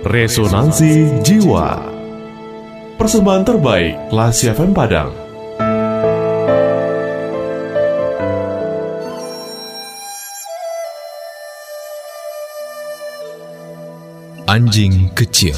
Resonansi Jiwa. Persembahan terbaik Lasi FM Padang. Anjing kecil.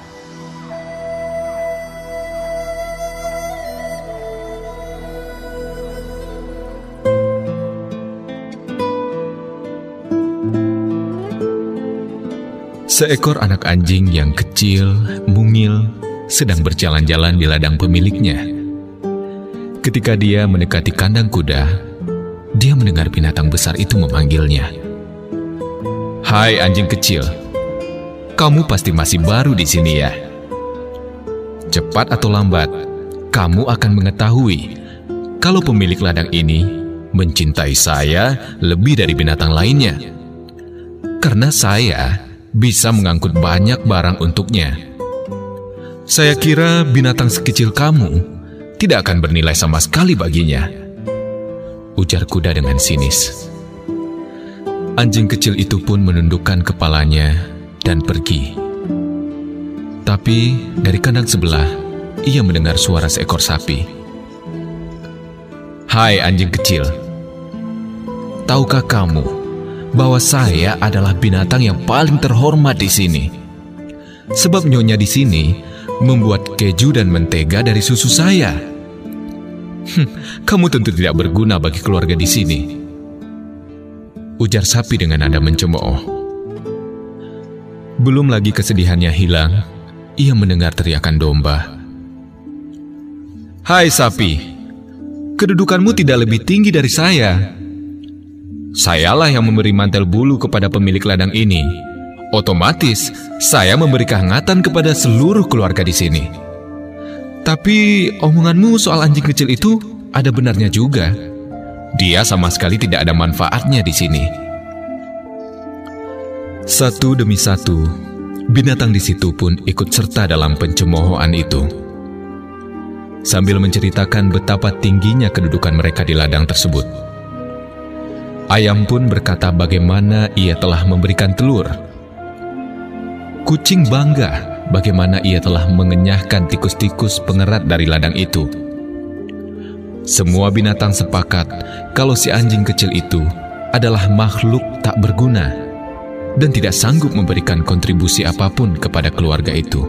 Seekor anak anjing yang kecil, mungil, sedang berjalan-jalan di ladang pemiliknya. Ketika dia mendekati kandang kuda, dia mendengar binatang besar itu memanggilnya. "Hai anjing kecil, kamu pasti masih baru di sini ya? Cepat atau lambat, kamu akan mengetahui kalau pemilik ladang ini mencintai saya lebih dari binatang lainnya. Karena saya bisa mengangkut banyak barang untuknya. Saya kira binatang sekecil kamu tidak akan bernilai sama sekali baginya," ujar kuda dengan sinis. Anjing kecil itu pun menundukkan kepalanya dan pergi. Tapi dari kandang sebelah, ia mendengar suara seekor sapi. "Hai anjing kecil, tahukah kamu bahwa saya adalah binatang yang paling terhormat di sini? Sebab nyonya di sini membuat keju dan mentega dari susu saya. Kamu tentu tidak berguna bagi keluarga di sini," ujar sapi dengan nada mencemooh. Belum lagi kesedihannya hilang, ia mendengar teriakan domba. "Hai sapi, kedudukanmu tidak lebih tinggi dari saya. Sayalah yang memberi mantel bulu kepada pemilik ladang ini. Otomatis, saya memberi kehangatan kepada seluruh keluarga di sini. Tapi omonganmu soal anjing kecil itu ada benarnya juga. Dia sama sekali tidak ada manfaatnya di sini." Satu demi satu, binatang di situ pun ikut serta dalam pencemoohan itu. Sambil menceritakan betapa tingginya kedudukan mereka di ladang tersebut. Ayam pun berkata bagaimana ia telah memberikan telur. Kucing bangga bagaimana ia telah mengenyahkan tikus-tikus pengerat dari ladang itu. Semua binatang sepakat kalau si anjing kecil itu adalah makhluk tak berguna dan tidak sanggup memberikan kontribusi apapun kepada keluarga itu.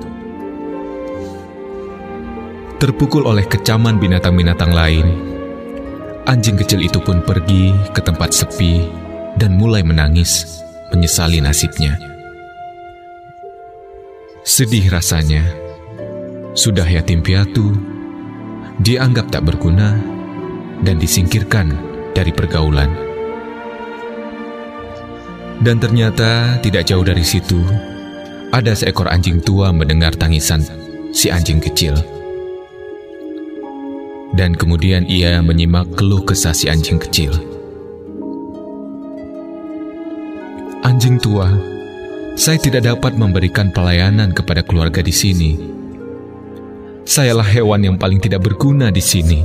Terpukul oleh kecaman binatang-binatang lain, anjing kecil itu pun pergi ke tempat sepi dan mulai menangis, menyesali nasibnya. Sedih rasanya, sudah yatim piatu, dianggap tak berguna, dan disingkirkan dari pergaulan. Dan ternyata tidak jauh dari situ, ada seekor anjing tua mendengar tangisan si anjing kecil. Dan kemudian ia menyimak keluh kesah si anjing kecil. "Anjing tua, saya tidak dapat memberikan pelayanan kepada keluarga di sini. Sayalah hewan yang paling tidak berguna di sini."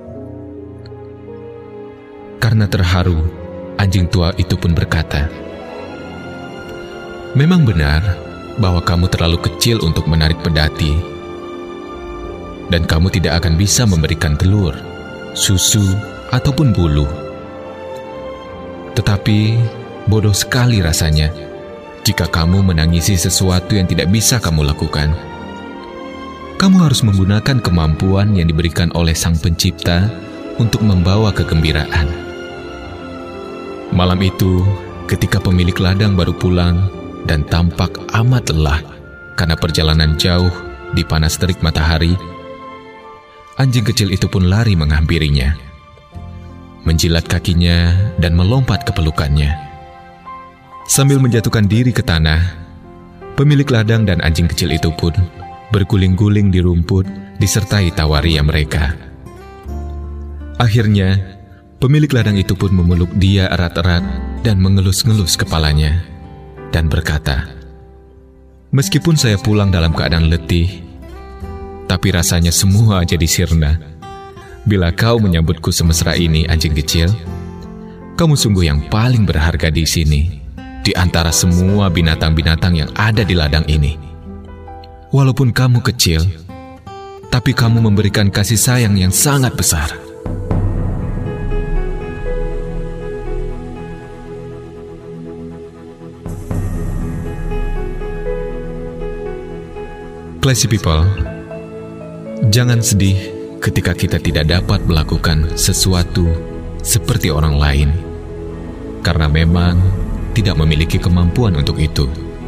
Karena terharu, anjing tua itu pun berkata, "Memang benar bahwa kamu terlalu kecil untuk menarik pedati. Dan kamu tidak akan bisa memberikan telur, susu, ataupun bulu. Tetapi bodoh sekali rasanya jika kamu menangisi sesuatu yang tidak bisa kamu lakukan. Kamu harus menggunakan kemampuan yang diberikan oleh Sang Pencipta untuk membawa kegembiraan." Malam itu, ketika pemilik ladang baru pulang dan tampak amat lelah karena perjalanan jauh di panas terik matahari, anjing kecil itu pun lari menghampirinya, menjilat kakinya dan melompat ke pelukannya. Sambil menjatuhkan diri ke tanah, pemilik ladang dan anjing kecil itu pun berguling-guling di rumput disertai tawaria mereka. Akhirnya, pemilik ladang itu pun memeluk dia erat-erat dan mengelus-ngelus kepalanya dan berkata, "Meskipun saya pulang dalam keadaan letih, tapi rasanya semua jadi sirna. Bila kau menyambutku semesra ini, anjing kecil, kamu sungguh yang paling berharga di sini, di antara semua binatang-binatang yang ada di ladang ini." Walaupun kamu kecil, tapi kamu memberikan kasih sayang yang sangat besar. Classy people, jangan sedih ketika kita tidak dapat melakukan sesuatu seperti orang lain, karena memang tidak memiliki kemampuan untuk itu.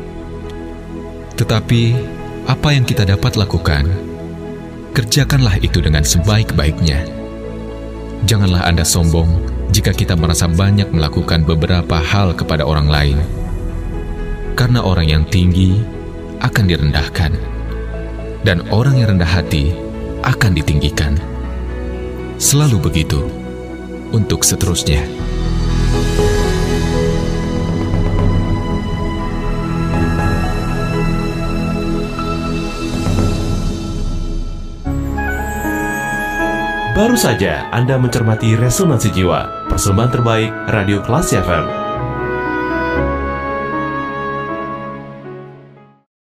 Tetapi, apa yang kita dapat lakukan, kerjakanlah itu dengan sebaik-baiknya. Janganlah Anda sombong jika kita merasa banyak melakukan beberapa hal kepada orang lain, karena orang yang tinggi akan direndahkan, dan orang yang rendah hati akan ditinggikan. Selalu begitu untuk seterusnya. Baru saja Anda mencermati Resonansi Jiwa, persembahan terbaik Radio Classy FM.